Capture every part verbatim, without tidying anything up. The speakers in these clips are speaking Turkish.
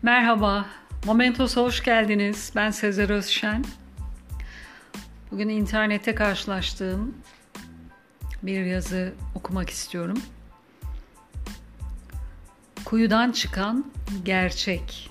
Merhaba, Momentos'a hoş geldiniz. Ben Sezer Özşen. Bugün internette karşılaştığım bir yazı okumak istiyorum. Kuyudan çıkan gerçek.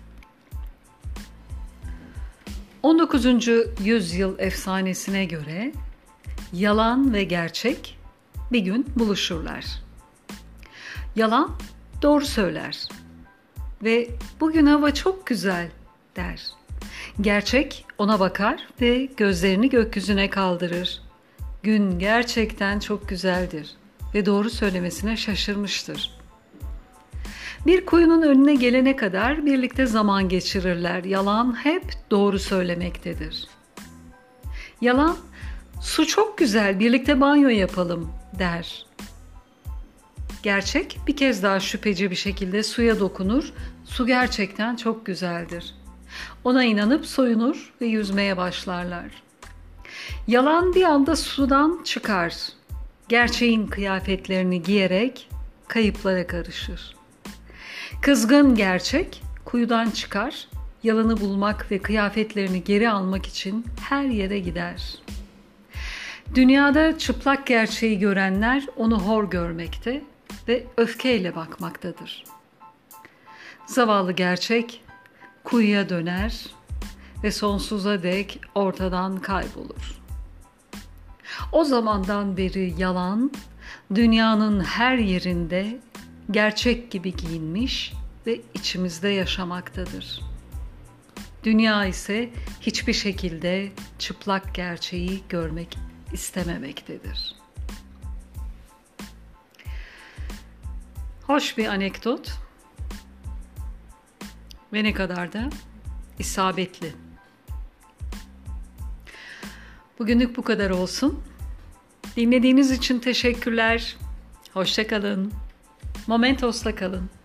on dokuzuncu yüzyıl efsanesine göre yalan ve gerçek bir gün buluşurlar. Yalan doğru söyler ve bugün hava çok güzel der. Gerçek ona bakar ve gözlerini gökyüzüne kaldırır. Gün gerçekten çok güzeldir ve doğru söylemesine şaşırmıştır. Bir kuyunun önüne gelene kadar birlikte zaman geçirirler. Yalan hep doğru söylemektedir. Yalan, su çok güzel, birlikte banyo yapalım der. Gerçek bir kez daha şüpheci bir şekilde suya dokunur. Su gerçekten çok güzeldir. Ona inanıp soyunur ve yüzmeye başlarlar. Yalan bir anda sudan çıkar. Gerçeğin kıyafetlerini giyerek kayıplara karışır. Kızgın gerçek kuyudan çıkar. Yalanı bulmak ve kıyafetlerini geri almak için her yere gider. Dünyada çıplak gerçeği görenler onu hor görmekte ve öfkeyle bakmaktadır. Zavallı gerçek kuyuya döner ve sonsuza dek ortadan kaybolur. O zamandan beri yalan dünyanın her yerinde gerçek gibi giyinmiş ve içimizde yaşamaktadır. Dünya ise hiçbir şekilde çıplak gerçeği görmek istememektedir. Hoş bir anekdot ve ne kadar da isabetli. Bugünlük bu kadar olsun. Dinlediğiniz için teşekkürler. Hoşça kalın. Momentos'la kalın.